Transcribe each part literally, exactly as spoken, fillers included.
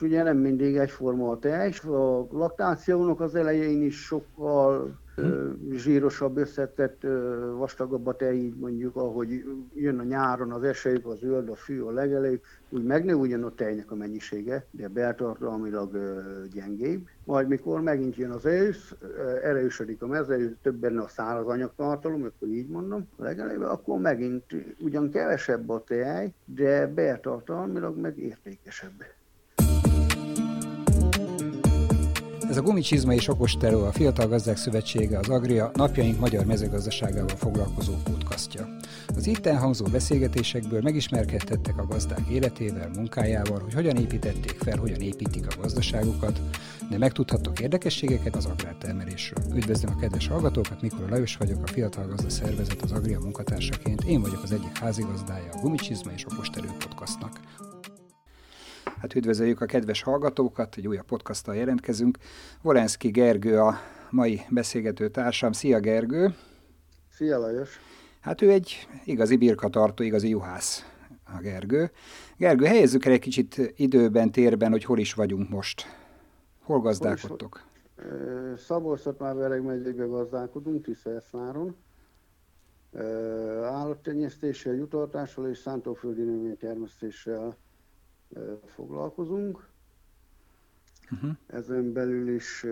ugye nem mindig egyforma a tej, a laktációnak az elején is sokkal ö, zsírosabb, összetett, ö, vastagabb a tej, így mondjuk, ahogy jön a nyáron az eső, az zöld, a fű, a legelő, úgy megnő ugyan a tejnek a mennyisége, de beltartalmilag ö, gyengébb. Majd mikor megint jön az ősz, ö, erősödik a mező, több benne a száraz anyagtartalom, akkor így mondom, a legelőben, akkor megint ugyan kevesebb a tej, de beltartalmilag meg értékesebb. Ez a Gumicsizma és Okosteló, a Fiatal Gazdák Szövetsége, az Agria napjaink magyar mezőgazdaságával foglalkozó podcastja. Az itt elhangzó beszélgetésekből megismerkedhettek a gazdák életével, munkájával, hogy hogyan építették fel, hogyan építik a gazdaságukat, de megtudhattok érdekességeket az agrártermelésről. Üdvözlöm a kedves hallgatókat, Mikor Lajos vagyok, a Fiatal Gazda Szervezet az Agria munkatársaként, én vagyok az egyik házigazdája a Gumicsizma és Okosteló podcastnak. Hát üdvözöljük a kedves hallgatókat, egy újabb podcasttal jelentkezünk. Volenszky Gergő a mai beszélgető társam. Szia Gergő! Szia Lajos! Hát ő egy igazi birkatartó, igazi juhász a Gergő. Gergő, helyezzük el egy kicsit időben, térben, hogy hol is vagyunk most. Hol gazdálkodtok? Szabolcs-Szatmár-Bereg megyékben gazdálkodunk, Tisza-Eszláron. Állattenyésztéssel, jutartással és szántóföldi növénytermesztéssel foglalkozunk. Uh-huh. Ezen belül is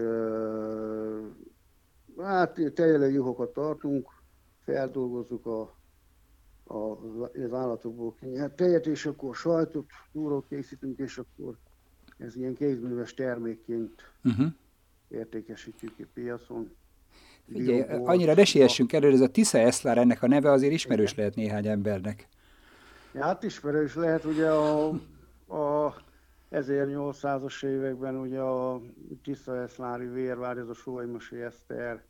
hát tejelő juhokat tartunk, feldolgozzuk a, a, az állatokból kinyert tejet, és akkor sajtot, túrót készítünk, és akkor ez ilyen kézműves termékként uh-huh. értékesítjük a piacon. Figyelj, annyira ne siessünk elő, ez a Tisza-Eszlár, ennek a neve azért ismerős lehet néhány embernek. Ja, hát ismerős lehet, ugye a A ezernyolcszázas években ugye a Tisza-Eszlári vérvár, ez a Sólymosi Eszter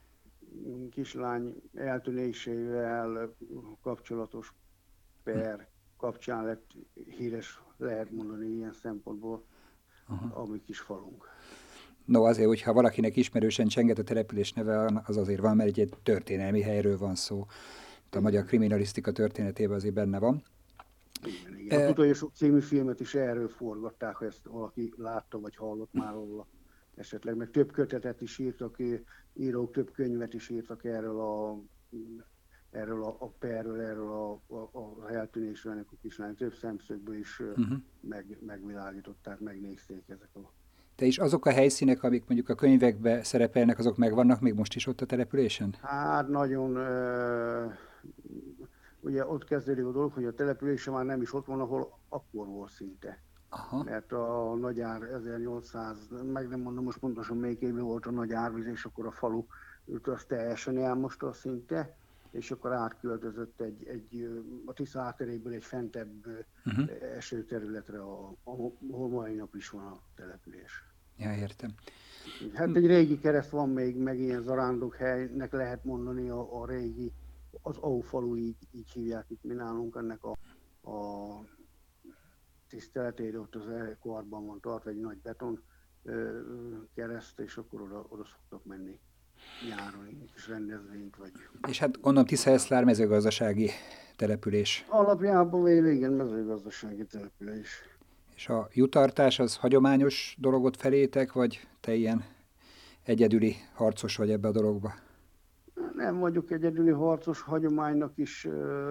kislány eltűnésével kapcsolatos per kapcsán lett híres, lehet mondani ilyen szempontból, aha. a mi kis falunk. No, azért, hogyha valakinek ismerősen csenget a település neve, az azért van, mert egy történelmi helyről van szó. A magyar kriminalisztika történetében azért benne van. Igen, igen. Az utolsó című filmet is erről forgatták, ha ezt valaki látta, vagy hallott már róla esetleg. Meg több kötetet is írtak, írók több könyvet is írtak erről a, erről a, a perről, erről a, a, a eltűnésről ennek a kislány. Több szemszögből is uh-huh. meg, megvilágították, megnézték ezek a... Te is azok a helyszínek, amik mondjuk a könyvekben szerepelnek, azok megvannak még most is ott a településen? Hát nagyon... Uh, Ugye ott kezdődik a dolog, hogy a települése már nem is ott van, ahol akkor volt szinte. Aha. Mert a nagyár ezernyolcszáz, meg nem mondom most pontosan melyik évben volt a nagy árvíz, és akkor a falu őt azt teljesen elmosta szinte, és akkor átköltözött egy, egy a Tisza átteréből egy fentebb uh-huh. esőterületre, ahol mai nap is van a település. Ja, értem. Hát egy régi kereszt van még, meg ilyen zarándokhelynek lehet mondani a, a régi, az Ófalu, így, így hívják itt mi nálunk, ennek a, a tiszteletére, ott az korban van tartva egy nagy beton ö, kereszt, és akkor oda, oda szoktak menni nyáron egy kis rendezvényt. Vagy... És hát gondolom Tisza-Eszlár mezőgazdasági település. Alapjában végül igen, mezőgazdasági település. És a jutartás az hagyományos dologot felétek, vagy te ilyen egyedüli harcos vagy ebbe a dologba? Nem vagyok egyedüli harcos, hagyománynak is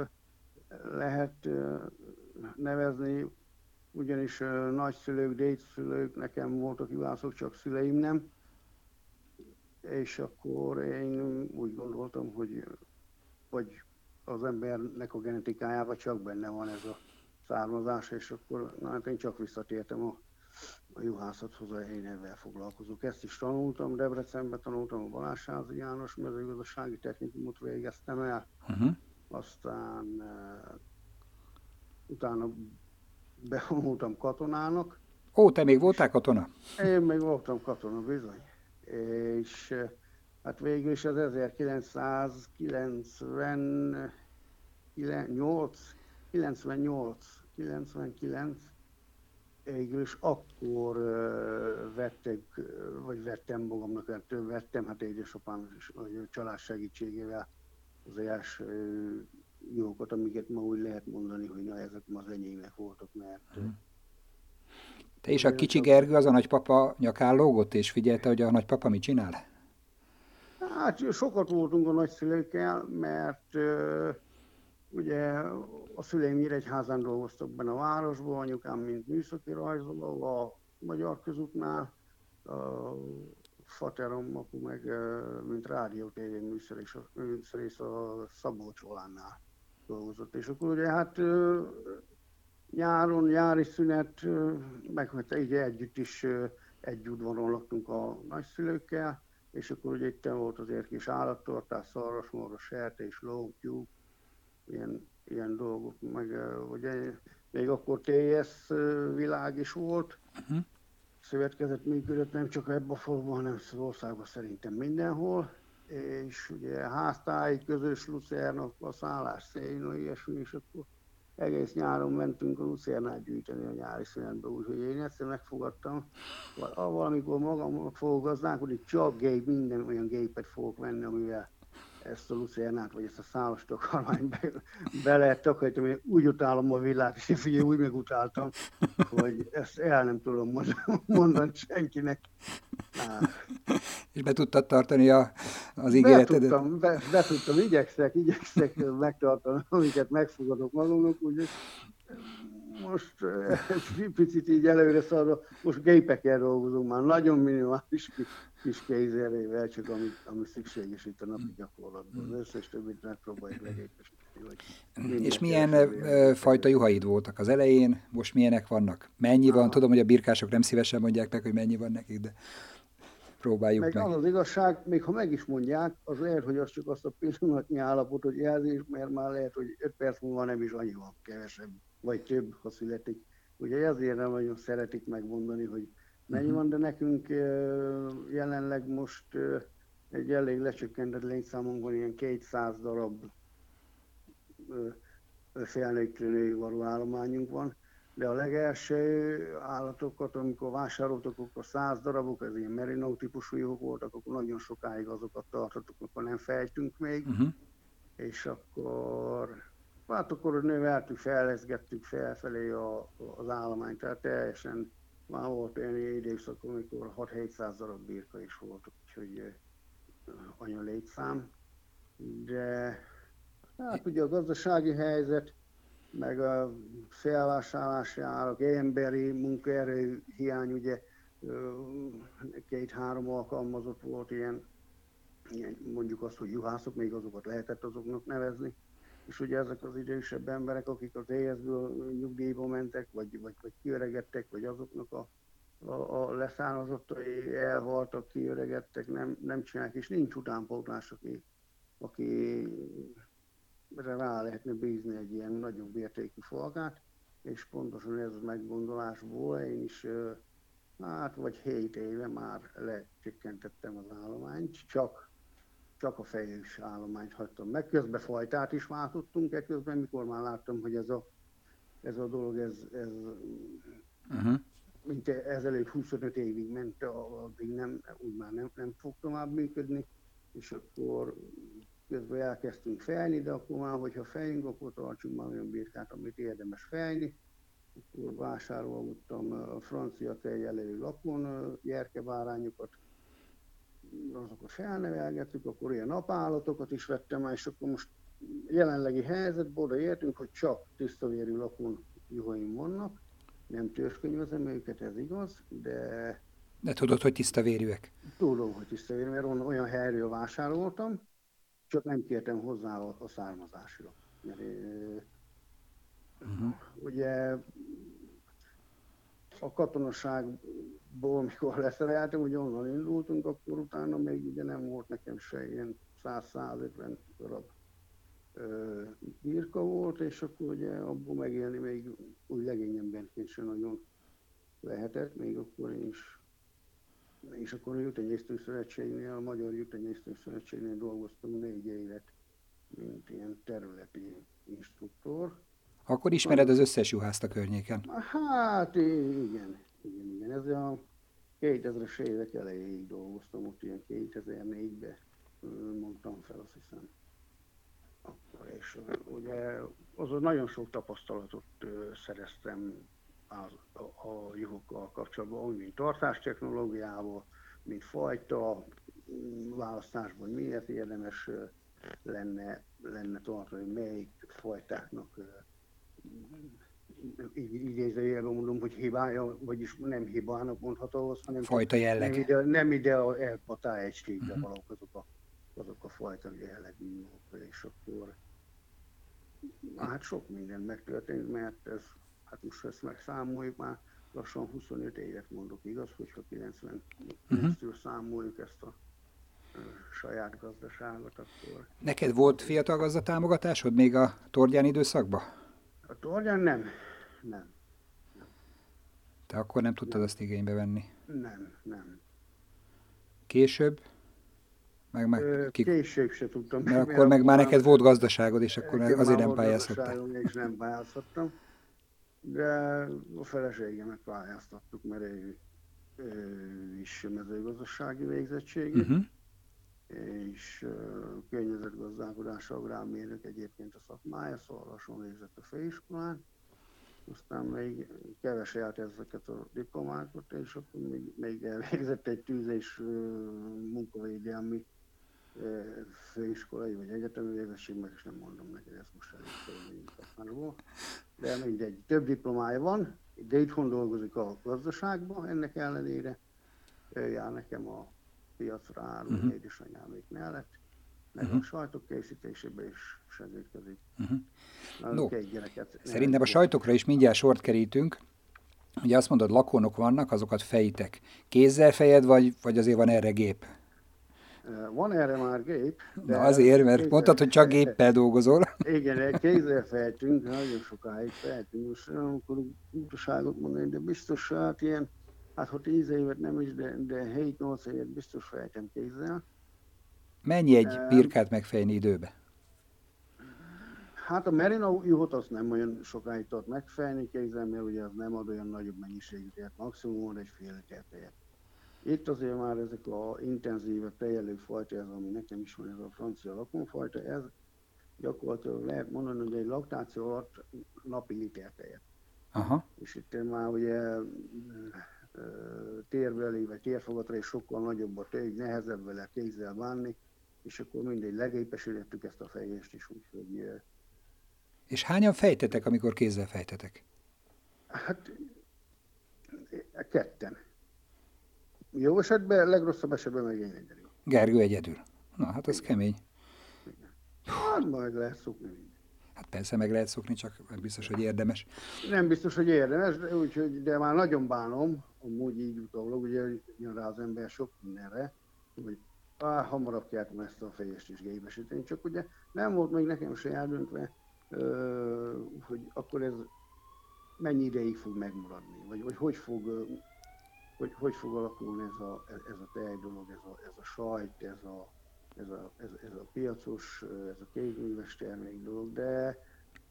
lehet nevezni, ugyanis nagyszülők, dédszülők, nekem voltak juhászok, csak szüleim nem. És akkor én úgy gondoltam, hogy vagy az embernek a genetikájában csak benne van ez a származás, és akkor na, hát én csak visszatértem a, a juhászathoz, én ebben foglalkozok. Ezt is tanultam, Debrecenben tanultam, a Balázsházi János mezőgazdasági technikumot végeztem el, uh-huh. aztán uh, utána bevonultam katonának. Ó, te még voltál katona? Én még voltam katona, bizony. És uh, hát végül is az ezerkilencszázkilencvennyolc, kilencvennyolc, kilencvenkilenc, végül is akkor uh, vettek, vagy vettem magamnak, mert vettem, hát édesapám is, a család segítségével az első jókat, amiket ma úgy lehet mondani, hogy na, ezek ma az enyémek voltak, mert... Hmm. Te és a kicsi Gergő, az a nagypapa nyakán lógott, és figyelte, hogy a nagypapa mit csinál? Hát sokat voltunk a nagyszülőkkel, mert uh, ugye a szüleim Nyíregyházán dolgoztak benne a városban, anyukám mint műszaki rajzoló a Magyar Közútnál, a faterom, apu meg uh, mint rádió-tévé műszerész a Szabolcs Volánnál dolgozott. És akkor ugye hát uh, nyáron, nyári szünet, uh, meg hát így együtt is uh, egy udvaron laktunk a nagyszülőkkel, és akkor ugye itt volt azért kis állattartás, szarvas, marha, sertés, ló, tyúk, ilyen, ilyen dolgok, meg uh, ugye még akkor té es világ is volt, uh-huh. Szövetkezet működött nem csak ebben a faluban, hanem az országban szerintem mindenhol, és ugye háztáji, közös lucerna, a szállás szélén, ilyesmi, és akkor egész nyáron mentünk a lucernát gyűjteni a nyári szünetbe, úgyhogy én egyszer megfogadtam, valamikor magamnak fogok gazdálkodni, csak gép, minden olyan gépet fogok venni, amivel ezt a lucernát, vagy ezt a szálas takarmányt be, be lehet takarítani, mert úgy utálom a villát, és én figyelj, úgy megutáltam, hogy ezt el nem tudom mondani, mondani senkinek. Á. És be tudtad tartani a, az ígéretedet? Be tudtam, be, be tudtam, igyekszek, igyekszek megtartani, amiket megfogadok magamnak, úgyhogy most egy picit így előre szarva, most gépekkel dolgozunk már, nagyon minimális kis kézerővel, csak ami, ami szükséges itt a napi gyakorlatban. Az összes többit megpróbáljuk legépesíteni. És milyen ö, fajta juhaid voltak az elején, most milyenek vannak? Mennyi van? Tudom, hogy a birkások nem szívesen mondják meg, hogy mennyi van nekik, de próbáljuk meg. Meg az az igazság, még ha meg is mondják, az lehet, hogy az csak azt a pillanatnyi állapotot jelzi, mert már lehet, hogy öt perc múlva nem is annyi van, kevesebb, vagy több, ha születik. Ugye ezért nem nagyon szeretik megmondani, hogy mennyi uh-huh. van, de nekünk jelenleg most egy elég lecsökkentett létszámunk van, ilyen kétszáz darab felnőttre nővaló állományunk van. De a legelső állatokat, amikor vásároltak, akkor száz darabok, ez ilyen merino típusú juhok voltak, akkor nagyon sokáig azokat tartottuk, akkor nem fejtünk még. Uh-huh. És akkor, hát akkor növeltük, fejleszgettük felfelé a, az állományt, tehát teljesen már volt olyan időszak, amikor hat-hétszáz darab birka is voltak, úgyhogy anya létszám. De hát ugye a gazdasági helyzet, meg a felvásárlási árak, emberi munkaerő hiány, ugye két-három alkalmazott volt ilyen, ilyen, mondjuk azt, hogy juhászok, még azokat lehetett azoknak nevezni, és ugye ezek az idősebb emberek, akik az é es-ből nyugdíjba mentek, vagy, vagy, vagy kiöregedtek, vagy azoknak a, a, a leszármazottai elhaltak, kiöregedtek, nem, nem csinálják, és nincs utánpótlás, aki, aki rá lehetne bízni egy ilyen nagyobb értékű falkát, és pontosan ez a meggondolásból én is, hát vagy hét éve már lecsökkentettem az állományt, csak, csak a fejős állományt hagytam meg. Közben fajtát is váltottunk eközben, mikor már láttam, hogy ez a, ez a dolog, ez, ez uh-huh. mint ezelőtt huszonöt évig ment, addig nem, úgy már nem, nem fog tovább működni, és akkor közben elkezdtünk fejni, de akkor már, hogyha fejünk, akkor tartsunk már olyan birkát, amit érdemes fejni. Akkor vásároltam a francia tejjelölő lakon gyerkebárányokat, azokat felnevelgettük, akkor ilyen napállatokat is vettem, és akkor most jelenlegi helyzetben odaértünk, hogy csak tisztavérű lakon juhaim vannak, nem törzskönyvezem őket, ez igaz, de... De tudod, hogy tisztavérűek? Tudom, hogy tisztavérű, mert olyan helyről vásároltam, csak nem kértem hozzá a, a származásra. Mert, uh-huh. Ugye a katonaságból, mikor leszereltem, ugye onnan indultunk, akkor utána még ugye nem volt nekem se ilyen száz-százötven darab ö, birka volt, és akkor ugye abból megélni még úgy legényembenként sem nagyon lehetett, még akkor én is. És akkor a Jutenyésztő Szövetségnél, a Magyar Jutenyésztő Szövetségnél dolgoztam négy évet, mint ilyen területi instruktor. Akkor ismered az összes juhászt a környéken? Hát igen, igen, igen. Ez a kétezres évek elejéig dolgoztam, ott ilyen kétezer-négyben mondtam fel, azt hiszem. Akkor, és ugye azon nagyon sok tapasztalatot szereztem az, a, a juhokkal kapcsolatban, úgy, mint tartástechnológiával, mint fajta választásban, miért érdemes lenne, lenne tartani, melyik fajtáknak idézőjelben mondom, hogy hibája, vagyis nem hibának mondható, hanem fajta jelleg. Nem ide, nem ide a elpatá egységbe uh-huh. valók azok a, azok a fajta jellegű, és akkor hát sok minden megtörtént, mert ez, hát most ezt megszámoljuk, már lassan huszonöt évet mondok, igaz, hogyha kilencvenkilenctől uh-huh. számoljuk ezt a saját gazdaságot, akkor... Neked volt fiatal gazdatámogatásod még a Tordján időszakban? A Tordján nem. Nem. nem. Te akkor nem tudtad nem. azt igénybe venni? Nem, nem. Később? Meg, meg, Ö, ki... Később se tudtam. Mert akkor meg már neked volt gazdaságod, és akkor azért nem pályázhattál. És nem pályázhattam. De a feleségemet pályáztattuk, mert ő, ő is mezőgazdasági végzettségű. Uh-huh. És uh, környezetgazdálkodás agrármérnök egyébként a szakmája, szóval lassan végzett a főiskolán. Aztán még keveselt ezeket a diplomákat, és akkor még, még elvégzett egy tűzés uh, munkavédelmi uh, főiskolai vagy egyetemi végzettség, meg is nem mondom neked, ezt most elég de mindegy, több diplomája van, de itthon dolgozik a gazdaságban, ennek ellenére ő jár nekem a piacra álló uh-huh. édesanyámék mellett, meg uh-huh. a sajtok készítésében is segítkezik. Uh-huh. No, szerintem a sajtokra is mindjárt sort kerítünk. Ugye azt mondod, lakónok vannak, azokat fejitek. Kézzel fejed, vagy, vagy azért van erre gép? Van erre már gép. De Na azért, mert kézzel... mondtad, hogy csak géppel dolgozol. Igen, kézzel fejtünk, nagyon sokáig fejtünk. Most nem akarok utaságot mondani, de biztos hát ilyen, hát ha tíz évet nem is, de, de hét-nyolc évet biztos fejtem kézzel. Mennyi egy birkát megfejni időbe? Hát a merino juhot azt nem olyan sokáig tart megfejni kézzel, mert ugye az nem ad olyan nagyobb mennyiségű tejet, maximum egy fél liter tejet. Itt azért már ezek a intenzívebb tejelő fajta, ez ami nekem is van, ez a francia lakonfajta, ez gyakorlatilag lehet mondani, hogy egy laktáció alatt napi liter tejet. Aha. És itt már ugye térbeli vagy térfogatra is sokkal nagyobb a tej, nehezebb vele kézzel bánni, és akkor mindegy, legépesítettük ezt a fejést is, úgyhogy... És hányan fejtetek, amikor kézzel fejtetek? Hát ketten. Jó esetben, legrosszabb esetben meg én egyedül. Gergő egyedül. Na, hát az igen. Kemény. Igen. Hát majd lehet szokni. Hát persze meg lehet szokni, csak nem biztos, hogy érdemes. Nem biztos, hogy érdemes, de, úgyhogy, de már nagyon bánom, amúgy így utólag, ugye jön rá az ember sok mindenre, hogy á, hamarabb kellett volna ezt a fejést is gépesíteni, csak ugye nem volt még nekem se eldöntve, ö, hogy akkor ez mennyi ideig fog megmaradni, vagy, vagy hogy fog... Hogy, hogy fog alakulni ez a, ez a tej dolog, ez a, ez a sajt, ez a, ez, a, ez, ez a piacos, ez a kézműves termék dolog, de,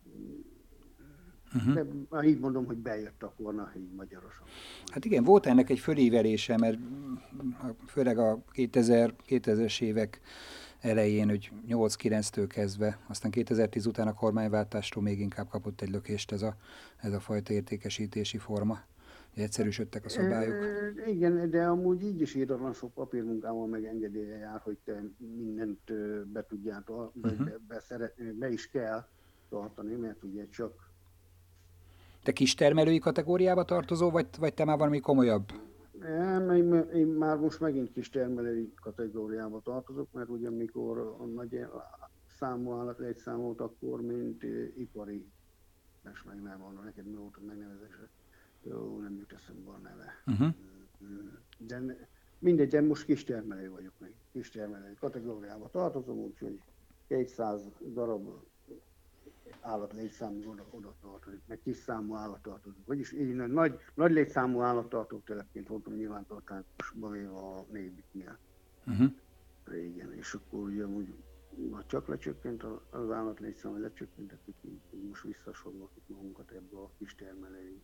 uh-huh. de így mondom, hogy bejött a korna, így magyarosan. Hát igen, volt ennek egy fölívelése, mert főleg a kétezres évek elején, hogy nyolc-kilenctől kezdve, aztán kétezer-tíz után a kormányváltástól még inkább kapott egy lökést ez a, ez a fajta értékesítési forma. Egyszerűsödtek a szabályok. E, igen, de amúgy így is írdatlan sok papírmunkával meg engedélye jár, hogy te mindent be tudjál, be, uh-huh. be, be, szeret, be is kell tartani, mert ugye csak... Te kistermelői kategóriába tartozol, vagy, vagy te már valami komolyabb? Nem, én, én már most megint kistermelői kategóriába tartozok, mert ugye mikor a nagy számú állat létszámolt, akkor mint ipari, és meg nem mondom neked, mi volt a megnevezésre. Jó, nem jut eszembe a neve. Uh-huh. De mindegy, de most kistermelő vagyok még. Kistermelő kategóriába tartozom, úgyhogy kétszáz darab állat létszámú oda, oda tartozik, meg kis számú állat tartozik. Vagyis így nagy, nagy létszámú állattartók telepként voltam nyilvántartásba véve a nébiknél. Uh-huh. Régen, és akkor ugye úgy, csak lecsökkent az állat létszám, hogy lecsökkentettük, most visszasoroltuk magunkat ebbe a kistermelői.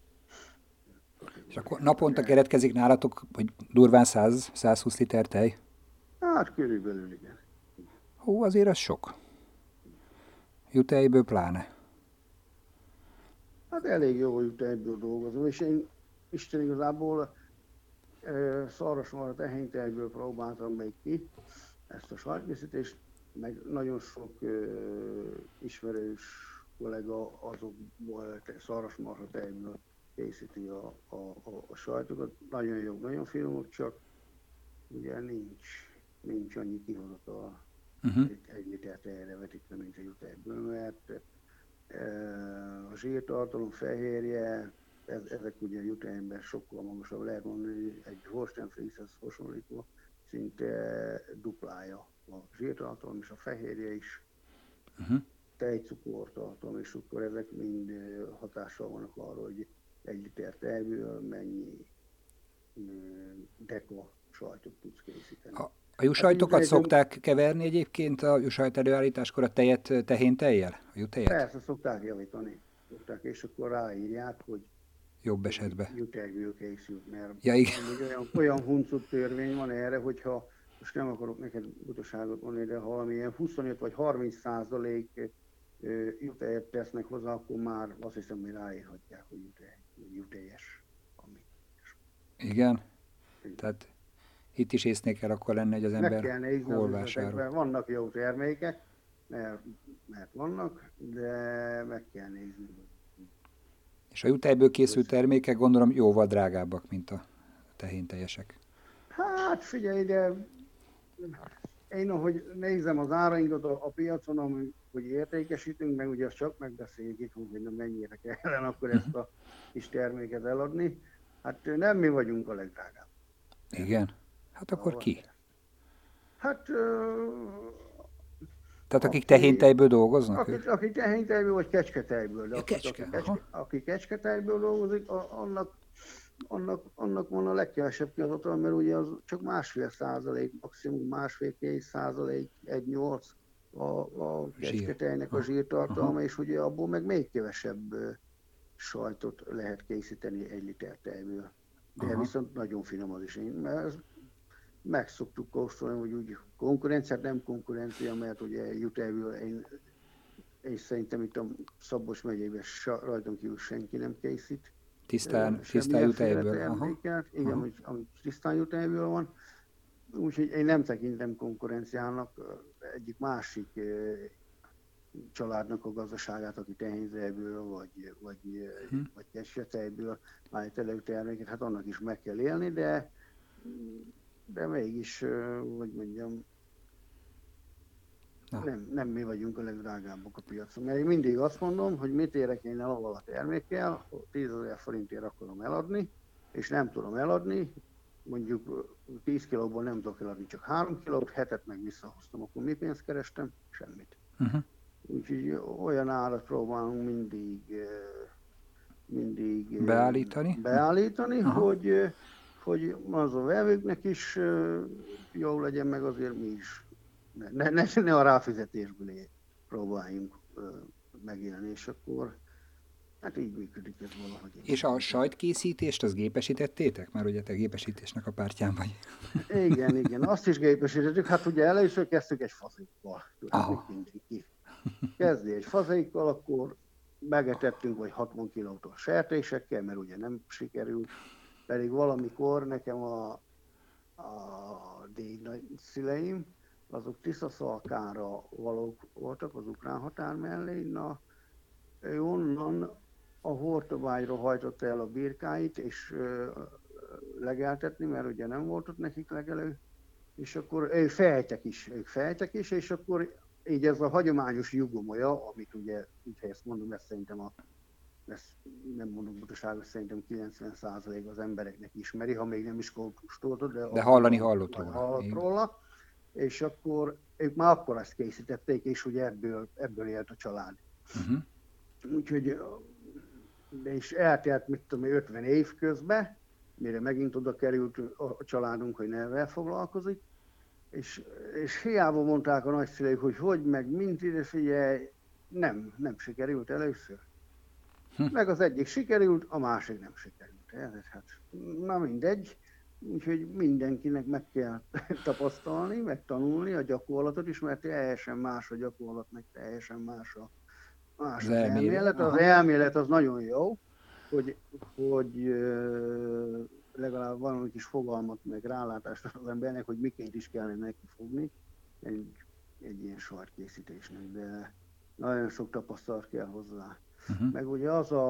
És akkor naponta keretkezik nálatok, hogy durván száz-százhúsz liter tej? Hát körülbelül igen. Hú, azért az sok. Jutejből pláne. Hát elég jó jutejből dolgozom, és én Isten igazából szarvasmarha tehénytejből próbáltam még ki ezt a sajtkészítést, meg nagyon sok uh, ismerős kollega azokból szarvasmarha tejből készíti a, a, a, a sajtokat. Nagyon jók, nagyon finomok, csak ugye nincs, nincs annyi kihozatal uh-huh. egy, egy liter tejre vetítve, mint a jutejből, mert uh, a zsírtartalom, fehérje, ez, ezek ugye a jutejben sokkal magasabb, lehet mondani, egy Holstein Frieshez hasonlítva, szinte duplája a zsírtartalom és a fehérje is, uh-huh. tejcukortartalom, és akkor ezek mind hatással vannak arra, hogy egy liter tejből mennyi deka sajtot tudsz készíteni. A, a juhsajtokat hát, szokták keverni egyébként a juhsajt előállításkor a tejet tehénytejjel? A juhtejet? Persze, szokták javítani. Szokták, és akkor ráírják, hogy jobb esetben jutejből készült, mert ja, olyan, olyan huncut törvény van erre, hogyha most nem akarok neked butaságot mondani, de ha valamilyen huszonöt vagy harminc százalék jutejet tesznek hozzá, akkor már azt hiszem, hogy ráírhatják, hogy jutej, jutejes. Ami. Igen? Igen. Tehát itt is észnél kell akkor lenni, hogy az ember meg kell nézni hol vásárol. Vannak jó termékek, mert, mert vannak, de meg kell nézni. És a jutejből készült termékek gondolom jóval drágábbak, mint a tehényteljesek. Hát figyelj, de én ahogy nézem az árainkat a, a piacon, ami, hogy értékesítünk, meg ugye azt csak megbeszéljük itt, hogy nem mennyire kellene akkor ezt a kis terméket eladni. Hát nem mi vagyunk a legdrágább. Igen? Hát akkor ki? Hát... Tehát akik tehénytejből dolgoznak? Akik, akik tehénytejből vagy kecsketejből. De ja, akik, kecske, aki, kecske, aki kecsketejből dolgozik, annak, annak, annak van a legkevesebb kihozatal, mert ugye az csak másfél százalék, maximum másfél-két százalék, egy nyolc a, a kecsketejnek a zsírtartalma, és ugye abból meg még kevesebb sajtot lehet készíteni egy liter tejből. De aha. Viszont nagyon finom az is. Mert ez, meg szoktuk kóstolni, hogy úgy konkurenciát, nem konkurencia, mert ugye jutejből én, én szerintem itt a Szabolcs megyében rajtunk kívül senki nem készít. Tisztán, tisztán jutejből. Igen, ami, ami tisztán jutejből van. Úgyhogy én nem tekintem konkurenciának egyik másik családnak a gazdaságát, aki tehénytejből vagy, vagy, hm. vagy kecsketejből állít elő terméket, hát annak is meg kell élni, de de mégis, hogy mondjam, nem, nem mi vagyunk a legdrágábbak a piacon. Mert én mindig azt mondom, hogy mit érek én el avval a termékkel, tízezer forintért akarom eladni, és nem tudom eladni, mondjuk tíz kilóból nem tudok eladni, csak három kilót, hetet meg visszahoztam, akkor mi pénzt kerestem? Semmit. Uh-huh. Úgyhogy olyan árat próbálunk mindig, mindig beállítani, beállítani hogy hogy az a vevőknek is jó legyen, meg azért mi is. Ne, ne, ne a ráfizetésből próbáljunk megélni, és akkor hát így működik ez valahogy. És a sajtkészítést, azt gépesítettétek? Mert ugye te gépesítésnek a pártján vagy. Igen, igen, azt is gépesítettük. Hát ugye először kezdtük egy fazékkal. Mindenki kezdi egy fazékkal, akkor megetettünk vagy hatvan kilótól sertésekkel, mert ugye nem sikerült. Pedig valamikor nekem a, a dédnagyszüleim, azok Tiszaszalkára valók voltak az ukrán határ mellé, na ő onnan a Hortobágyra hajtotta el a birkáit, és ö, legeltetni, mert ugye nem volt ott nekik legelő, és akkor ők fejtek is, ők fejtek is, és akkor így ez a hagyományos jugomolya, amit ugye, úgy ha ezt mondom, ezt szerintem a ezt nem mondom butaságot, szerintem kilencven százalék az embereknek ismeri, ha még nem is kóstoltad, de, de hallani hallott róla. Hallott róla. És akkor ők már akkor ezt készítették, és ugye ebből, ebből élt a család. Uh-huh. Úgyhogy de is eltelt, mit tudom, ötven év közben, mire megint oda került a családunk, hogy nevvel foglalkozik, és, és hiába mondták a nagyszüleik, hogy hogy meg, mint ide figyelj, nem, nem sikerült először. Hm. Meg az egyik sikerült, a másik nem sikerült. Hát, na mindegy, úgyhogy mindenkinek meg kell tapasztalni, meg tanulni a gyakorlatot is, mert teljesen más a gyakorlat, meg teljesen más a, Más Az az elmélet. elmélet. Az Aha. elmélet az nagyon jó, hogy, hogy ö, legalább valami kis fogalmat, meg rálátást az embernek, hogy miként is kellene neki fogni egy, egy ilyen sajtkészítésnek, de nagyon sok tapasztalat kell hozzá. Uh-huh. Meg ugye az a,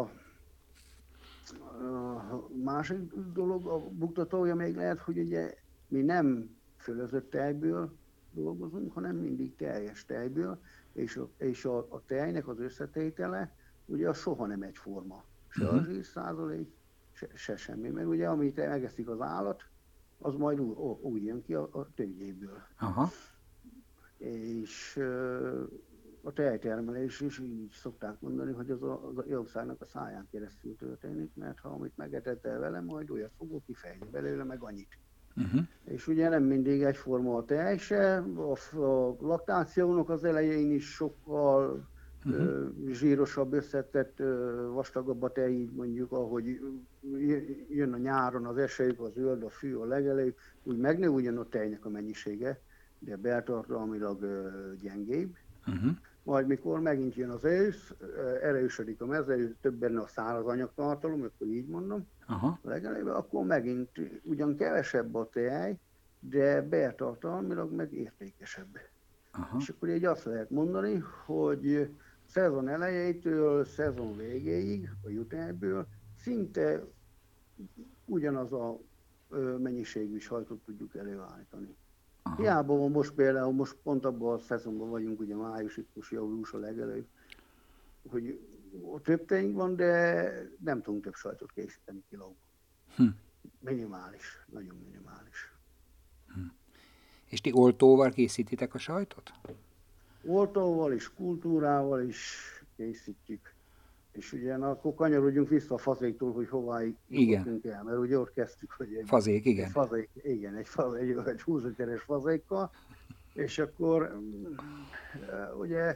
a másik dolog, a buktatója még lehet, hogy ugye mi nem fölözött tejből dolgozunk, hanem mindig teljes tejből, és a, és a, a tejnek az összetétele ugye az soha nem egyforma. Se Uh-huh. a zsír százalék, se, se semmi. Mert ugye amit megeszik az állat, az majd úgy, úgy jön ki a, a tőgyéből. Aha. És a tejtermelés is így szokták mondani, hogy az a, az a jószágnak a száján keresztül történik, mert ha amit megetettel vele, majd olyat fogok kifejni belőle, meg annyit. Uh-huh. És ugye nem mindig egyforma a tej se, a, a laktációnak az elején is sokkal uh-huh. ö, zsírosabb, összetett, ö, vastagabb a tej, így mondjuk, ahogy jön a nyáron az eső, az zöld, a fű, a legelő, úgy megnő ugyan a tejnek a mennyisége, de beltartalmilag ö, gyengébb. Uh-huh. Majd mikor megint jön az ősz, erősödik a mező, több benne a száraz anyagtartalom, akkor így mondom, Aha. legalább akkor megint ugyan kevesebb a tej, de beltartalmilag meg értékesebb. Aha. És akkor így azt lehet mondani, hogy szezon elejétől szezon végéig a jutelyből szinte ugyanaz a mennyiségű sajtot tudjuk előállítani. Aha. Hiába van most például, most pont abban a szezonban vagyunk, ugye májusig, most július a legelőbb, hogy több tejünk van, de nem tudunk több sajtot készíteni kilóban. Hm. Minimális, nagyon minimális. Hm. És ti oltóval készítitek a sajtot? Oltóval és kultúrával is készítjük. És ugye akkor kanyarodjunk vissza a fazéktól, hogy hová jutottunk el, mert ugye ott kezdtük, hogy egy fazék, igen. Egy fazék, igen, egy, fazék, egy, egy húsz literes fazékkal, és akkor ugye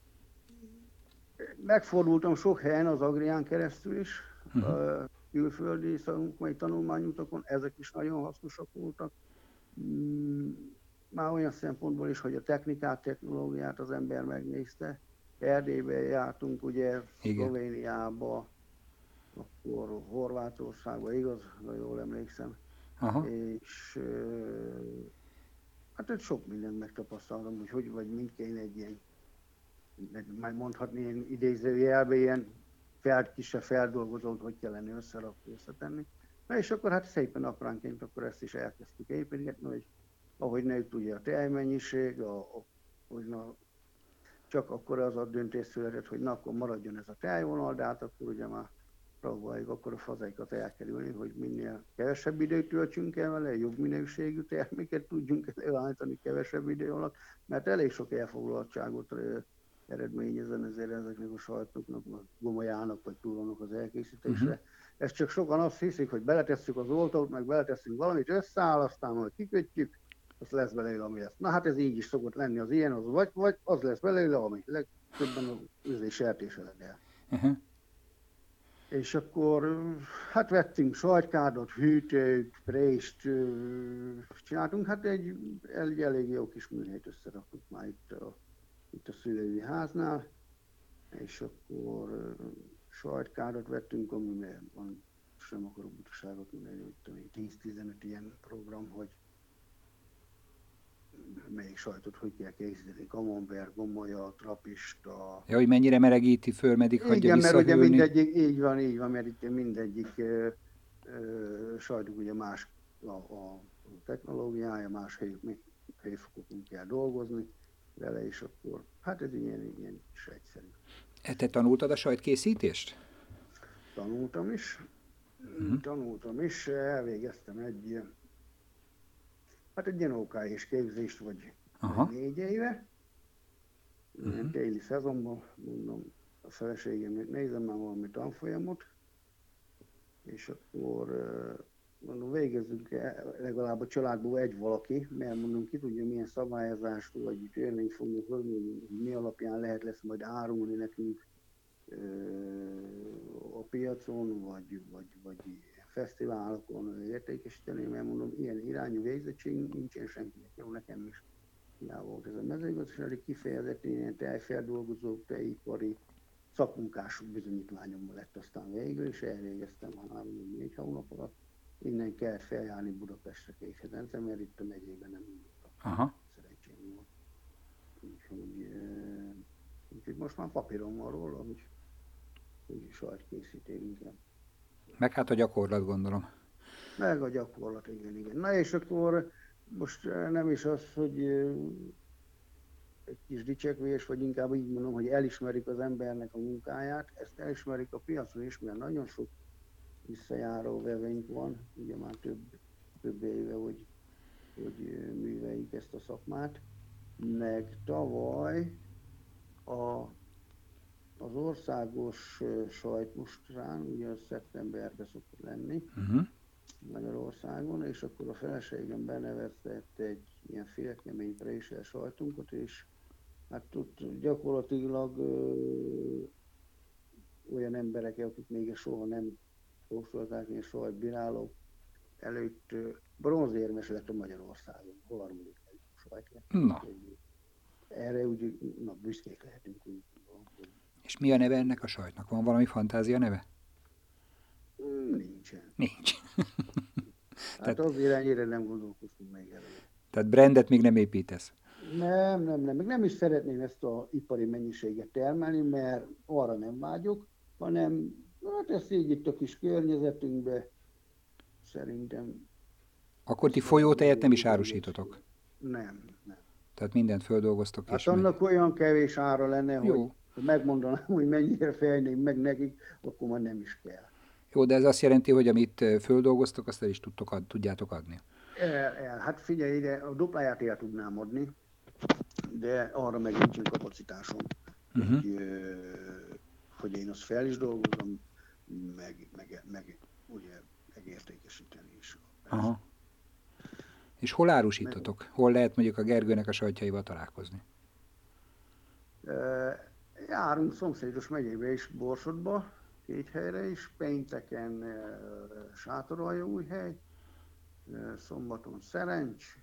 megfordultam sok helyen az Agrián keresztül is, uh-huh. külföldi szakmai tanulmányutakon, ezek is nagyon hasznosak voltak. Már olyan szempontból is, hogy a technikát, technológiát az ember megnézte. Erdélybe jártunk, ugye, Szlovéniába, akkor Horvátországba, igaz, ha jól emlékszem. Aha. És hát sok mindent megtapasztaltam, hogy hogy vagy mind kéne egy ilyen, majd mondhatni ilyen idézőjelben, ilyen fel, kisebb feldolgozót, hogy kellene összerakni, összetenni. Na és akkor hát szépen apránként akkor ezt is elkezdtük építgetni, hogy ahogy nőtt ugye a tejmennyiség, a, a, hogy na, csak akkor az a döntés született, hogy na akkor maradjon ez a tejvonal, de hát akkor ugye már próbáljuk akkor a fazékat elkerülni, hogy minél kevesebb időt töltsünk el vele, jobb minőségű terméket tudjunk előállítani kevesebb idő alatt, mert elég sok elfoglaltságot eredményezen ezért ezeknek a sajtoknak, a gomolyának vagy túrónak az elkészítésre. Uh-huh. Ezt csak sokan azt hiszik, hogy beletesszük az oltót, meg beletesszünk valamit, összeáll, aztán majd kikötjük, az lesz belőle, ami lesz. Na hát ez így is szokott lenni, az ilyen, az vagy, vagy az lesz belőle, ami legtöbben az sertéseleg. Uh-huh. És akkor hát vettünk sajtkádot, hűtőt, prést, csináltunk, hát egy, egy elég jó kis műhelyt összeraktunk már itt a, itt a szülői háznál, és akkor sajtkádot vettünk, amiben van, sem akarok butaságot mondani, hogy tíz-tizenöt ilyen program, hogy melyik sajtot hogy kell készíteni, camembert, gomolya, trapista. Ja, hogy mennyire melegíti föl, meddig hagyja visszahűlni. Igen, mert ugye mindegyik, így van, így van, mert itt mindegyik ö, ö, sajtok ugye más a, a technológiája, más hőfokokon kell dolgozni vele, és akkor hát ez ilyen, ilyen is egyszerű. Te tanultad a sajtkészítést? Tanultam is, uh-huh. tanultam is, elvégeztem egy Hát egy ilyen okályos képzést, vagy Aha. négy éve. Uh-huh. Téli szezonban, mondom, a feleségemnek nézem már valami tanfolyamot, és akkor mondom, végezzünk legalább a családból egy valaki, mert mondom, ki tudja milyen szabályozást, vagy törvényt fogunk hozni, hogy mi alapján lehet lesz majd árulni nekünk a piacon, vagy, vagy, vagy fesztiválokon értékesíteni, mert mondom, ilyen irányú végzettség nincsen senkinek. Jó, nekem is hiába volt ez a mezőgazdasági kifejezett, ilyen tejfeldolgozók, tejipari, szakmunkás bizonyítványom lett aztán végül, és elvégeztem három-négy hónap alatt. Innen kellett feljárni Budapestre Kékhedencre, mert itt a megyében nem indultak. Szerencsém volt. Úgyhogy, úgyhogy most már papírom van róla, hogy, hogy sajtkészítő inkább. Meg hát a gyakorlat, gondolom. Meg a gyakorlat, igen, igen. Na és akkor most nem is az, hogy egy kis dicsekvés, vagy inkább így mondom, hogy elismerik az embernek a munkáját, ezt elismerik a piacon is, mert nagyon sok visszajáró vevénk van, ugye már több, több éve, hogy, hogy műveljük ezt a szakmát, meg tavaly a, az országos sajtmostrán, ugye az szeptemberben szokott lenni, uh-huh. Magyarországon, és akkor a feleségem benevezett egy ilyen félkemény présel sajtunkat, és hát ott gyakorlatilag ö, olyan emberek, akik még soha nem kóstolták, én sajtbírálók előtt ö, bronzérmes lett a Magyarországon, hol harmadik sajt lett. Na. Erre úgy, na, büszkék lehetünk. Úgy, úgy. És mi a neve ennek a sajtnak? Van valami fantázia neve? Nincsen. Nincs. Hát tehát, azért ennyire nem gondolkoztunk még erre. Tehát brandet még nem építesz? Nem, nem, nem. Meg nem is szeretném ezt az ipari mennyiséget termelni, mert arra nem vágyok, hanem hát ezt így itt a kis környezetünkbe szerintem. Akkor ti folyótejet nem is árusítotok? Nem, nem. Tehát mindent földolgoztok? Hát és annak meg... olyan kevés ára lenne, Jó. hogy megmondanám, hogy mennyire fejném meg nekik, akkor már nem is kell. Jó, de ez azt jelenti, hogy amit földolgoztok, azt el is tudtok ad, tudjátok adni? El, el. Hát figyelj ide, a dupláját el tudnám adni, de arra meg nincsen kapacitásom, uh-huh. hogy, hogy én azt fel is dolgozom, meg, meg, meg ugye megértékesíteni is. Aha. És hol árusítotok? Meg... Hol lehet mondjuk a Gergőnek a sajtjaival találkozni? Járunk szomszédos megyébe is, Borsodba, két helyre is, pénteken Sátoraljaújhely, szombaton Szerencs,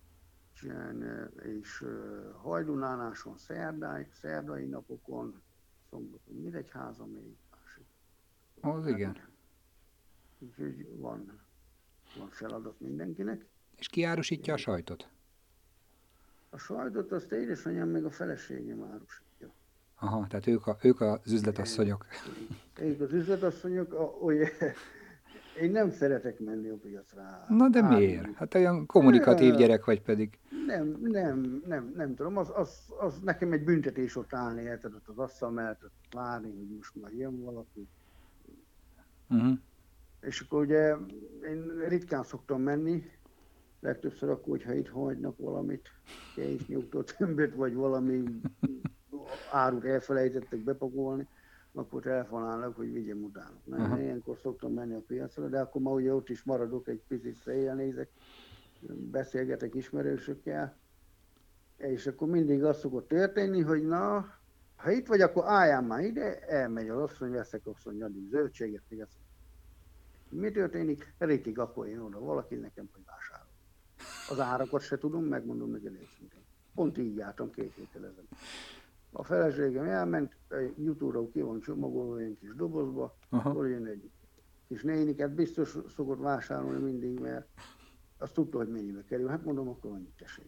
és Hajdúnánáson szerdai, szerdai napokon, szombaton Nyíregyháza még másik. Az igen. Úgyhogy van, van feladat mindenkinek. És ki árusítja a sajtot? A sajtot azt édesanyám meg a feleségem árusítja. Aha, tehát ők, a, ők az üzletasszonyok. Ők az üzletasszonyok, hogy én nem szeretek menni a piacra. Na de árulni. Miért? Hát olyan kommunikatív gyerek vagy pedig. Nem, nem, nem, nem tudom, az, az, az nekem egy büntetés ott állni, érted, ott az asszal mellett, ott várni, hogy most már jön valaki. Uh-huh. És akkor ugye én ritkán szoktam menni, legtöbbször akkor, hogyha itt hagynak valamit, és nyugtott embert, vagy valami árut elfelejtettek bepakolni, akkor telefonálnak, hogy vigyem utánuk. Uh-huh. Ilyenkor szoktam menni a piacra, de akkor ma ugye ott is maradok, egy picit fejjel nézek, beszélgetek ismerősökkel, és akkor mindig az szokott történni, hogy na, ha itt vagy, akkor álljál már ide, elmegy az asszony, veszek asszony addig zöldséget, még ezt. Mi történik? Ritig akkor én oda valaki nekem, hogy vásárol. Az árakat se tudom, megmondom neked őszintén. Pont így jártam két héttel ezen. A feleségem elment, egy YouTube-ra ki van csomagolva egy kis dobozba, akkor jön egy kis néniket, biztos szokott vásárolni mindig, mert azt tudta, hogy mennyibe kerül. Hát mondom, akkor annyit tessék.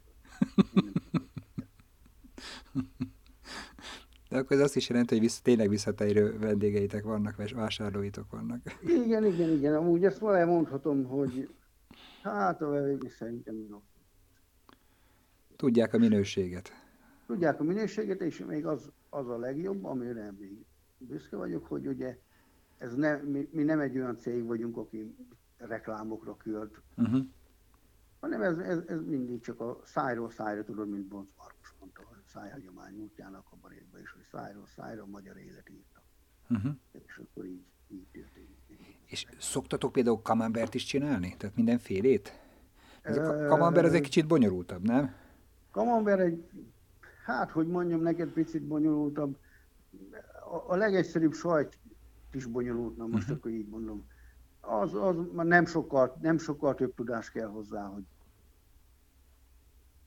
De akkor ez azt is jelenti, hogy vissza, tényleg visszatérő vendégeitek vannak, vagy vásárlóitok vannak. Igen, igen, igen. Amúgy ezt valahogy mondhatom, hogy hát a vevők szerintem jó. Tudják a minőséget. Tudják a minőséget, és még az, az a legjobb, amire még büszke vagyok, hogy ugye ez ne, mi, mi nem egy olyan cég vagyunk, aki reklámokra költ, uh-huh. hanem ez, ez, ez mindig csak a szájról szájra, tudod, mint Bonc Markus mondta a Szájhagyomány útjának a barétba is, hogy szájról szájra a magyar élet írta. Uh-huh. És akkor így, így történik. És szoktatok például camembert is csinálni? Tehát mindenfélét? Ez a camembert ez egy kicsit bonyolultabb, nem? Camembert egy, hát hogy mondjam neked, picit bonyolultabb. A, a legegyszerűbb sajt is bonyolult, na most uh-huh. akkor így mondom. Az, az már nem sokkal, nem sokkal több tudás kell hozzá, hogy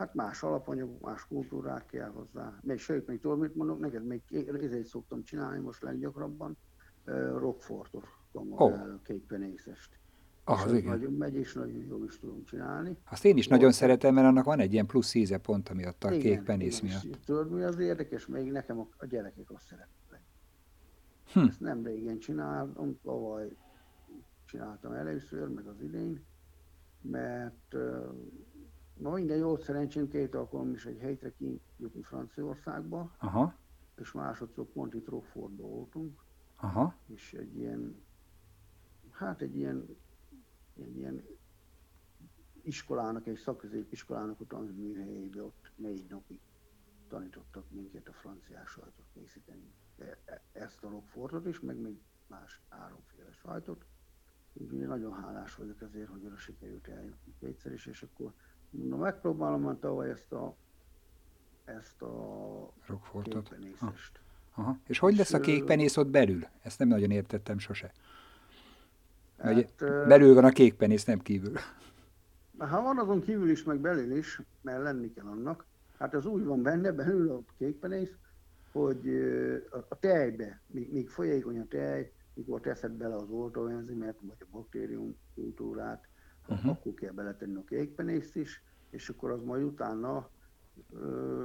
Hát más alapanyagok, más kultúrák kell hozzá. Még sőt, még tudod, mit mondok neked? Még ezért szoktam csinálni most leggyakrabban, uh, Rockfortot, Ó, uh, kékpenészest. És az az igen. nagyon megy, és nagyon jól is tudom csinálni. Azt én is nagyon Volt, szeretem, mert annak van egy ilyen plusz íze pont, amiatt a kék igen, penész igen, és miatt. tudod, mi az érdekes? Még nekem a, a gyerekek azt szeretnek. Hm. Ezt nem régen csináltam, tavaly csináltam először, meg az idén, mert uh, ma minden jó szerencsém, két alkalom is egy hétre kijutni Franciaországba, Aha, és másodszor pont itt Rockfordban voltunk, aha, és egy ilyen, hát egy ilyen, egy ilyen iskolának, egy szakközépiskolának a tanműhelyébe ott négy napig tanítottak minket a franciás sajtot készíteni. Ezt a Rockfortot is, meg még más háromféle sajtot. Úgyhogy nagyon hálás vagyok ezért, hogy oda sikerült eljutni kétszer is, és akkor mondom, megpróbálom már tavaly ezt a, ezt a Rockfortot. kékpenészest. Aha. És hogy És, lesz a kék penész ott belül? Ezt nem nagyon értettem sose. Hát, belül van a kék penész, nem kívül. Ha van azon kívül is, meg belül is, mert lenni kell annak. Hát az úgy van benne, belül a kékpenész, hogy a tejbe, míg, míg folyékony a tej, mikor teszed bele az oltóenzimet, vagy a baktérium kultúrát, uh-huh. akkor kell beletenni a kékpenészt is, és akkor az majd utána ö,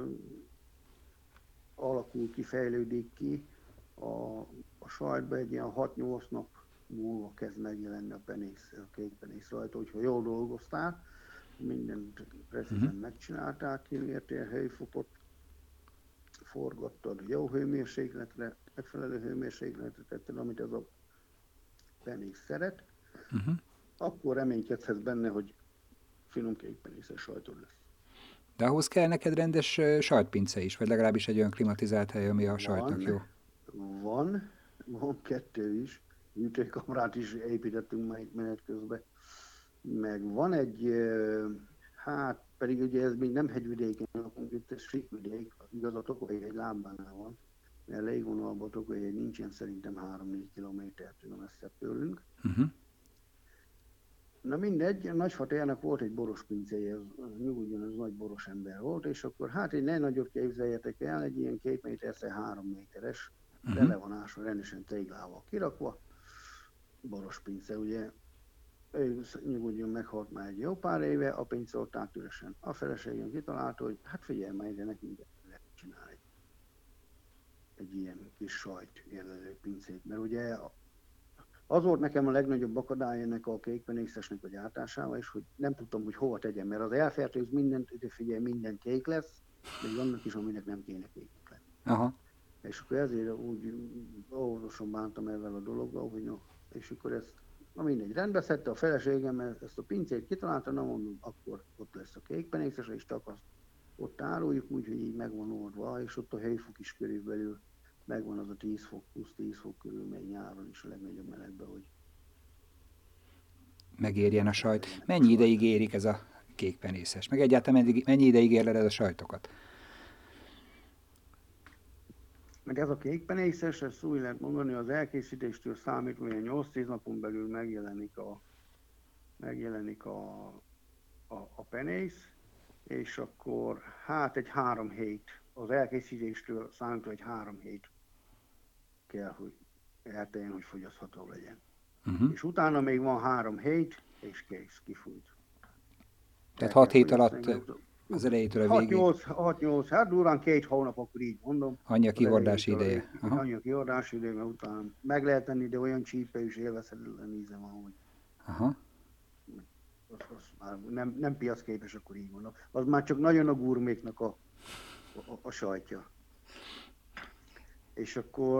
alakul ki, fejlődik ki a, a sajtba, egy ilyen hat-nyolc nap múlva kezd megjelenni a penész, a kékpenész rajta, úgyhogy jól dolgoztál, mindent precízen uh-huh. megcsinálták, kimértél hőfokot, forgattad, jó hőmérsékletre, megfelelő hőmérsékletre tetted, amit ez a penész szeret, uh-huh. akkor reménykedhetsz benne, hogy finom kékpenészes sajtod lesz. De ahhoz kell neked rendes sajtpince is, vagy legalábbis egy olyan klimatizált hely, ami a van, sajtnak jó. Van, van kettő is, hűtőkamrát is építettünk meg menet közben, meg van egy, hát pedig ugye ez még nem hegyvidéken lakunk, itt ez síkvidék, igaz a Tokoly egy lábánál van, mert légvonalban Tokoly egy nincsen szerintem három-négy kilométertől messzebb tőlünk. Uh-huh. Na mindegy, Nagyfaternak volt egy boros pincéje, az nyugodjon, az nagy boros ember volt, és akkor hát egy ne nagyot képzeljetek el, egy ilyen két méterszer három méteres, uh-huh. bele van ásva, rendesen téglával kirakva, boros pince, ugye, ő nyugodjon, meghalt már egy jó pár éve, a pince ott állt üresen. A feleségem kitalálta, hogy hát figyelj már ide, nekünk lehet csinálni egy, egy ilyen kis sajt jelölő pincét, mert ugye az volt nekem a legnagyobb akadály ennek a kékpenészesnek a gyártásával, és hogy nem tudtam, hogy hova tegyem, mert az elfertőz mindent, ide figyelj, minden kék lesz, de vannak is, aminek nem kéne kék lenni. Aha. És akkor ezért úgy óvatosan bántam ezzel a dologgal, hogy no, és akkor ezt, na mindegy, rendbe szedte a feleségem, ezt a pincét kitalálta, na mondom, akkor ott lesz a kékpenészes, és csak azt ott áruljuk, úgyhogy így megvan oldva, és ott a hőfok is körülbelül megvan az a tíz fok, plusz tíz fok körül még nyáron is a legnagyobb melegben, hogy megérjen a sajt. Mennyi ideig érik ez a kékpenészes? Meg egyáltalán mennyi ideig érled ez a sajtokat? Meg ez a kékpenészes, ezt úgy lehet mondani, az elkészítéstől számít, hogy nyolc-tíz napon belül megjelenik a, megjelenik a, a, a penész, és akkor hát egy három hét, az elkészítéstől számít, hogy három hét kell, hogy elteljen, hogy fogyasztható legyen. Uh-huh. És utána még van három hét, és kész, kifújt. Tehát hat hét alatt az elejétől a végéig? hat-nyolc, hát durván két hónap, akkor így mondom. Annyi a kihordási ideje. Aha. Annyi a kihordási ideje, mert utána meg lehet tenni, de olyan csípe és élvezhetetlen íze van, hogy Aha. Az, az már nem, nem piacképes, akkor így mondom. Az már csak nagyon a gurméknak a, a, a sajtja. És akkor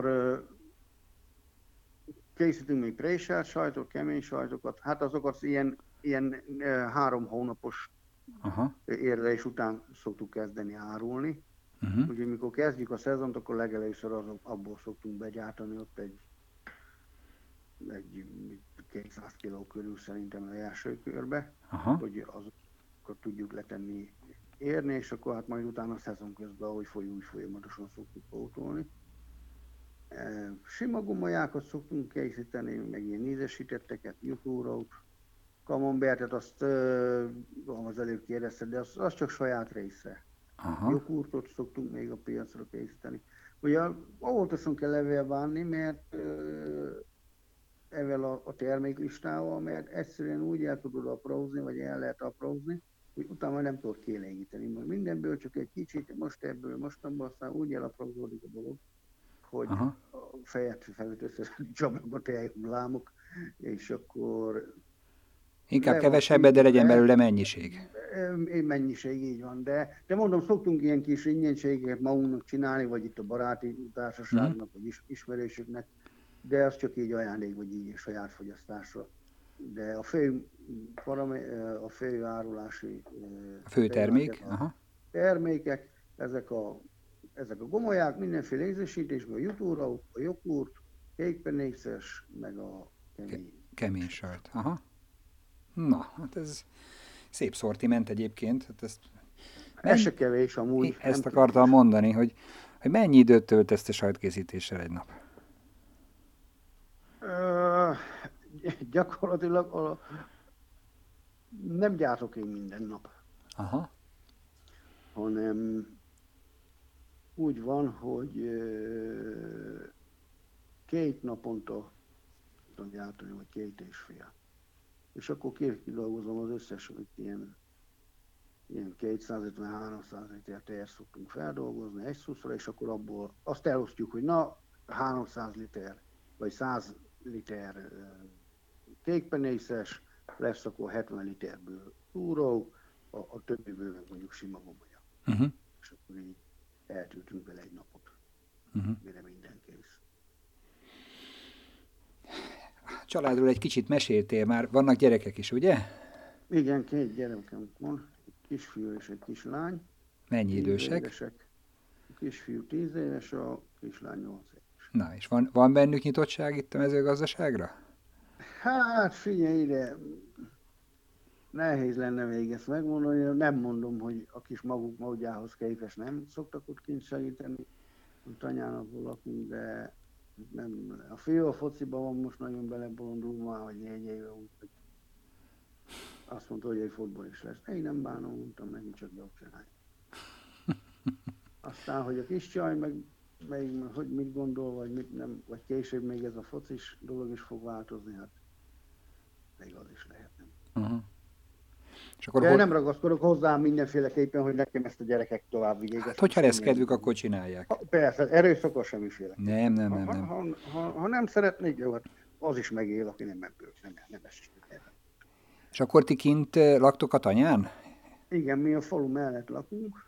készítünk még présált sajtot, kemény sajtokat, hát azokat ilyen, ilyen három hónapos Aha. érlelés után szoktuk kezdeni árulni. Uh-huh. Úgyhogy mikor kezdjük a szezont, akkor legelőször az, abból szoktunk begyártani, ott egy, egy kétszáz kiló körül szerintem az első körbe, Aha. hogy azokat tudjuk letenni érni, és akkor hát majd utána a szezon közben, ahogy foly, úgy folyamatosan szoktuk pótolni. Sima gumolyákat szoktunk készíteni, meg ilyen ízesítetteket, nyutórót, Camembertet azt ö, az előbb kérdezted, de az, az csak saját része. Aha. Joghurtot szoktunk még a piacra készíteni. Ugye óvatosan kell ezzel bánni, mert ö, ezzel a, a terméklistával, mert egyszerűen úgy el tudod aprózni, vagy el lehet aprózni, hogy utána nem tudod kielégíteni. Mindenből csak egy kicsit, most ebből, most abban, aztán úgy elaprózódik a dolog, hogy Aha. a fejet felült összeszedni csomagba lámok, és akkor... Inkább le kevesebb, de legyen belőle mennyiség. Mennyiség, így van, de, de mondom, szoktunk ilyen kis ingyenségeket magunknak csinálni, vagy itt a baráti társaságnak, vagy is, ismerősöknek, de az csak így ajándék, vagy így saját fogyasztásra. De a fő, a fő árulási a fő termék, a aha. termékek, ezek a, ezek a gomolyák, mindenféle ízesítésben, a jutóra, a joghurt, kékpenészes, meg a kemény. Kemény sajt, aha. Na, hát ez szép szortiment egyébként. Hát ezt ez se kevés amúgy. Ezt akartam kevés. mondani, hogy, hogy mennyi időt töltesz te sajtkészítéssel egy nap? Uh, gyakorlatilag a, nem gyártok én minden nap. Aha. Hanem úgy van, hogy uh, két naponta tudom gyártani, vagy két és fél. És akkor kidolgozom az összes, hogy ilyen, ilyen kétszázötven-háromszáz liter tejet szoktunk feldolgozni egy szuszra, és akkor abból azt elosztjuk, hogy na, háromszáz liter, vagy száz liter kékpenészes, lesz akkor hetven literből túró, a, a többiből meg mondjuk sima gomolya. Uh-huh. És akkor így eltöltünk vele egy napot, uh-huh. mire minden kész. Családról egy kicsit meséltél már, vannak gyerekek is, ugye? Igen, két gyerekem van, egy kisfiú és egy kislány. Mennyi idősek? Évesek. A kisfiú tíz éves, a kislány nyolc éves. Na, és van, van bennük nyitottság itt a mezőgazdaságra? Hát figyelj ide, nehéz lenne még ezt megmondani, nem mondom, hogy a kis maguk módjához képest nem szoktak ott kint segíteni, hogy tanyának lakunk, de nem, a fiú a fociban van most nagyon belebolondulva már, hogy négy éve úgy, hogy azt mondta, hogy egy futballist lesz. Én nem bánom, mondtam neki, csak jobb csinálja. Aztán, hogy a kis csaj meg, meg hogy mit gondol, vagy, mit nem, vagy később még ez a focis dolog is fog változni, hát még az is lehet, nem. Uh-huh. És akkor De hol... nem ragaszkodok hozzá mindenféleképpen, hogy nekem ezt a gyerekek tovább vigyék. Hát, hogyha lesz kedvük, akkor csinálják. Ha, persze, erőszakos semmiféle. Nem, nem, nem. Ha, nem. ha, ha, ha nem szeretnék, jó, hát az is megél, aki nem ebből, nem, nem ezt is. És akkor ti kint laktok a tanyán? Igen, mi a falu mellett lakunk.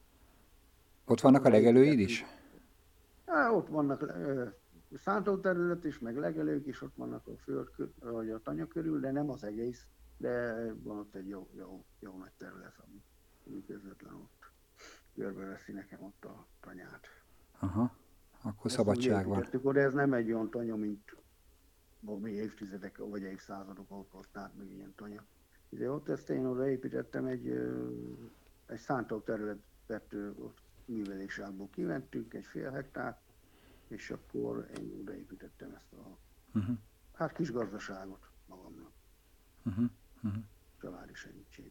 Ott vannak a legelőid is? Há, ott vannak ö, szántóterület is, meg legelők is, ott vannak a föld, vagy a tanya körül, de nem az egész, de van ott egy jó, jó, jó nagy terület, ami, ami közvetlen ott körbeveszi nekem ott a tanyát. Aha, akkor szabadság van. De ez nem egy olyan tanya, mint mi évtizedek vagy évszázadok óta használt meg ilyen tanya. De ott ezt én odaépítettem egy, egy szántóterületet műveléságból kivettünk, egy fél hektár, és akkor én odaépítettem ezt a uh-huh. hát kis gazdaságot magamnak. Uh-huh. Uh-huh. Családi segítség.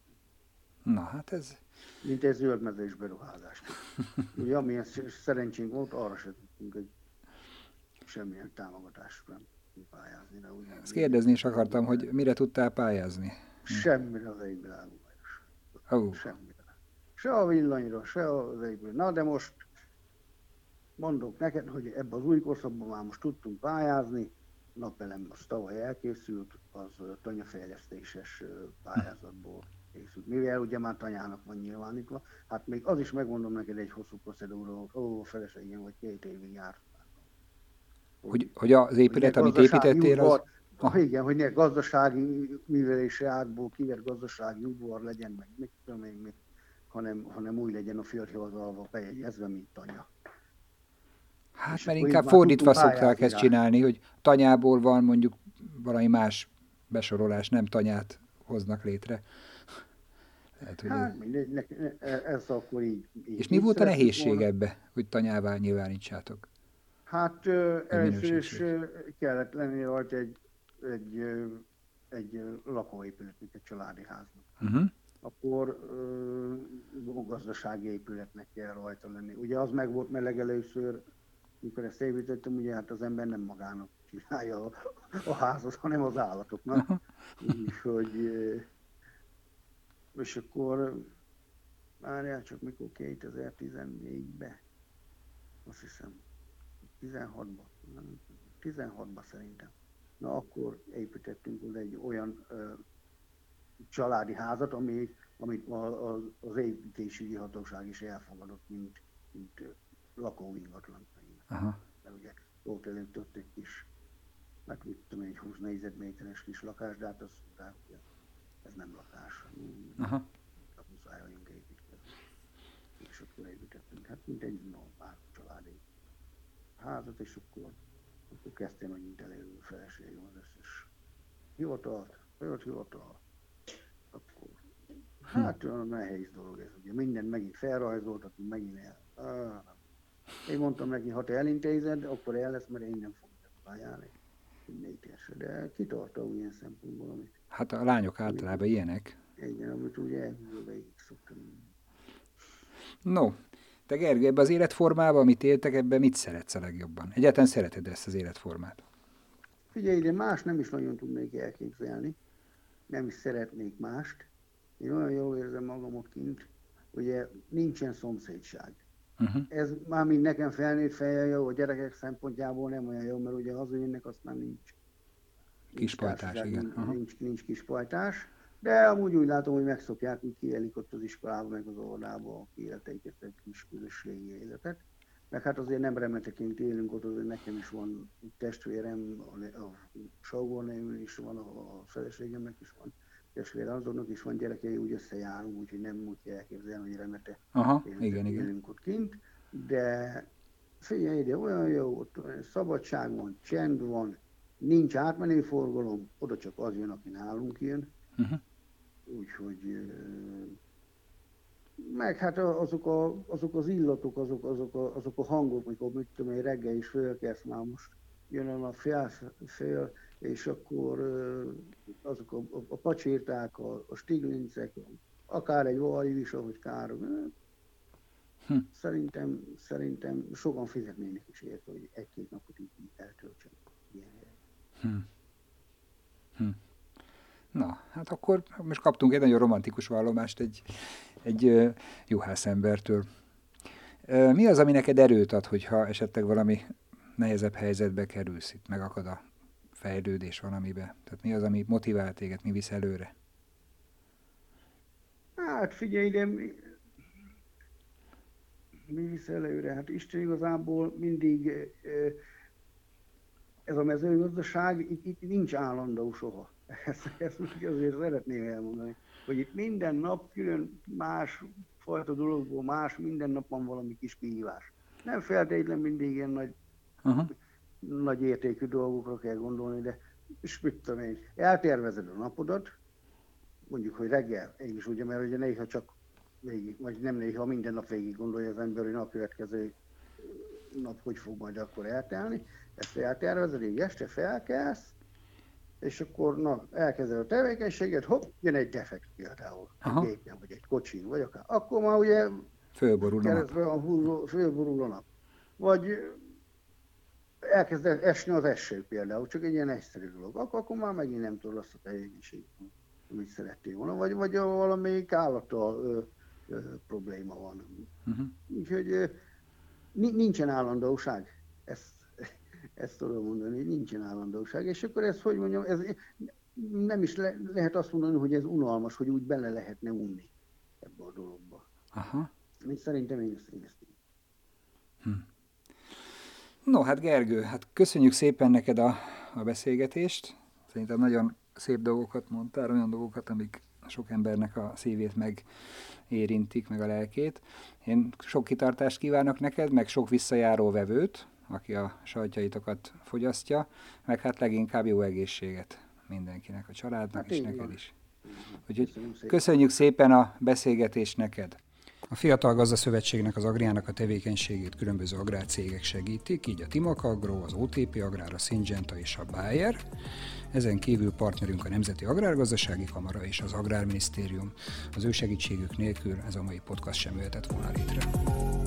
Na hát ez... Mint egy zöldmezős beruházás. Ugye amilyen szerencsénk volt, arra se tudtunk egy semmilyen támogatásra pályázni. De ugye, ezt kérdezni is akartam, hogy mire tudtál pályázni? Semmire az égvilágon. Oh. Semmire. Se a villanyra, se az égvilágon. Na de most mondok neked, hogy ebben az új korszakban már most tudtunk pályázni. Napelem az tavaly elkészült, az tanyafejlesztéses pályázatból készült. Mivel ugye már tanyának van nyilvánítva, hát még az is megmondom neked egy hosszú procedúra, ó, a feleségem vagy két évig járt. Hogy, hogy az épület, amit építettél, az... Ah. Igen, hogy ne gazdasági művelési ágból kivert gazdasági udvar legyen, meg mit tudom én, mit, hanem, hanem úgy legyen a földhivatalba bejegyezve, mint tanya. Hát és mert inkább fordítva szokták ezt csinálni, hogy tanyából van mondjuk valami más besorolás, nem tanyát hoznak létre. Lehet, hogy hát ez... mindegy, ez akkor így... így és mi volt a nehézség ebbe, hogy tanyává nyilvánítsátok? Hát először is kellett lenni rajta egy, egy egy lakóépület, mint egy családi háznak. Uh-huh. Akkor ö, gazdasági épületnek kell rajta lenni. Ugye az meg volt meleg először, mikor ezt építettem, ugye hát az ember nem magának csinálja a, a házat, hanem az állatoknak. Úgyhogy, és akkor, várjál csak, mikor kétezer-tizennégyben, azt hiszem, tizenhatban, tizenhatban szerintem. Na akkor építettünk oda egy olyan ö, családi házat, ami, amit a, a, az építésügyi hatóság is elfogadott, mint, mint lakóingatlan. Mert ugye volt előtt ott egy kis, meg mit tudom, egy húsz négyzetméteres kis lakás, de hát az, de ez nem lakás. Aha. A muszáj vagyunk építkezni. És akkor építettünk, hát mint egy normál családi házat, és akkor, akkor kezdtem megint elérni a feleségem az összes hivatalt, olyan hivatal. Akkor, hát olyan nehéz dolog ez, ugye mindent megint felrajzoltatunk, megint el. Ah, én mondtam neki, ha te elintézed, akkor el lesz, mert én nem fogom ajánlani. De kitartó ilyen szempontból, amit... Hát a lányok általában amit, ilyenek. Igen, amit ugye elhűlve végig szoktam. No, te Gergő, ebben az életformában, amit éltek, ebben mit szeretsz a legjobban? Egyáltalán szereted ezt az életformát? Figyelj ide, más nem is nagyon tudnék elképzelni. Nem is szeretnék mást. Én olyan jól érzem magam ott kint, ugye nincsen szomszédság. Uh-huh. Ez már mind nekem felnőtt fejjel jó, a gyerekek szempontjából nem olyan jó, mert ugye hazajönnek, azt már nincs. Kispajtás, igen. Nincs, uh-huh. nincs, nincs kispajtás, de amúgy úgy látom, hogy megszokják, úgy kiélik ott az iskolában, meg az óvodában a életeiket, egy kis közösségi életet. Meg hát azért nem remeteként élünk ott, azért nekem is van testvérem, a, a sógornőm is van, a, a feleségemnek is van testvére, azoknak is van gyerekei, úgy összejárunk, úgyhogy nem úgy kell elképzelni, hogy remete Aha, élünk, igen, élünk igen. ott kint. De figyelj ide, olyan jó, ott szabadság van, csend van, nincs átmenő forgalom, oda csak az jön, aki nálunk jön. Uh-huh. Úgyhogy meg hát azok, a, azok az illatok, azok, azok, a, azok a hangok, mikor mit tudom én, reggel is fölkelsz, már most jön a fél, fél és akkor azok a, a, a pacsirták, a, a stiglincek, akár egy valli is, ahogy kár. Hm. Szerintem, szerintem sokan fizetnének is érte, hogy egy-két napot így eltöltsön ilyen helyen. Hm. Hm. Na, hát akkor most kaptunk egy nagyon romantikus vallomást egy, egy juhászembertől. Mi az, ami neked erőt ad, hogyha esetleg valami nehezebb helyzetbe kerülsz, itt megakad a fejlődés valamibe? Tehát mi az, ami motivál téged, mi visz előre? Hát figyelj ide, mi, mi visz előre? Hát Isten igazából mindig, ez a mezőgazdaság, itt, itt nincs állandó soha. Ezt, ezt azért szeretném elmondani, hogy itt minden nap külön más fajta dologból más, minden nap van valami kis kihívás. Nem feltétlenül mindig ilyen nagy, uh-huh. nagy értékű dolgokra kell gondolni, de és mit tudom én, eltervezed a napodat, mondjuk, hogy reggel, én is ugye, mert ugye néha csak végig, vagy nem néha, minden nap végig gondolja az ember, hogy nap következő nap hogy fog majd akkor eltelni, ezt eltervezed, így este felkelsz, és akkor na, elkezded a tevékenységet, hopp, jön egy defekt például, egy gépen, vagy egy kocsin, vagy akár. Akkor már ugye fölborul a nap. Fölborul a nap. Vagy elkezd esni az eső például, csak egy ilyen egyszerű dolog. Akkor, akkor már megint nem tudod azt a tevékenységet, amit szerettél volna. Vagy, vagy valamelyik állattal ö, ö, probléma van. Uh-huh. Úgyhogy ö, nincsen állandóság. Ezt Ezt tudom mondani, hogy nincsen állandóság. És akkor ez, hogy mondjam, ez nem is le, lehet azt mondani, hogy ez unalmas, hogy úgy bele lehetne unni ebbe a dologba. Aha. Én szerintem én ezt, én ezt így. Hm. No, hát Gergő, hát köszönjük szépen neked a, a beszélgetést. Szerintem nagyon szép dolgokat mondtál, olyan dolgokat, amik sok embernek a szívét megérintik, meg a lelkét. Én sok kitartást kívánok neked, meg sok visszajáró vevőt, aki a sajtjaitokat fogyasztja, meg hát leginkább jó egészséget mindenkinek, a családnak hát és neked van. Is. Úgyhogy köszönjük szépen a beszélgetést neked. A Fiatal Gazdaszövetségnek, az Agriának a tevékenységét különböző agrárcégek segítik, így a Timak Agro, az o té pé Agrár, a Syngenta és a Bayer. Ezen kívül partnerünk a Nemzeti Agrárgazdasági Kamara és az Agrárminisztérium. Az ő segítségük nélkül ez a mai podcast sem jöhetett volna létre.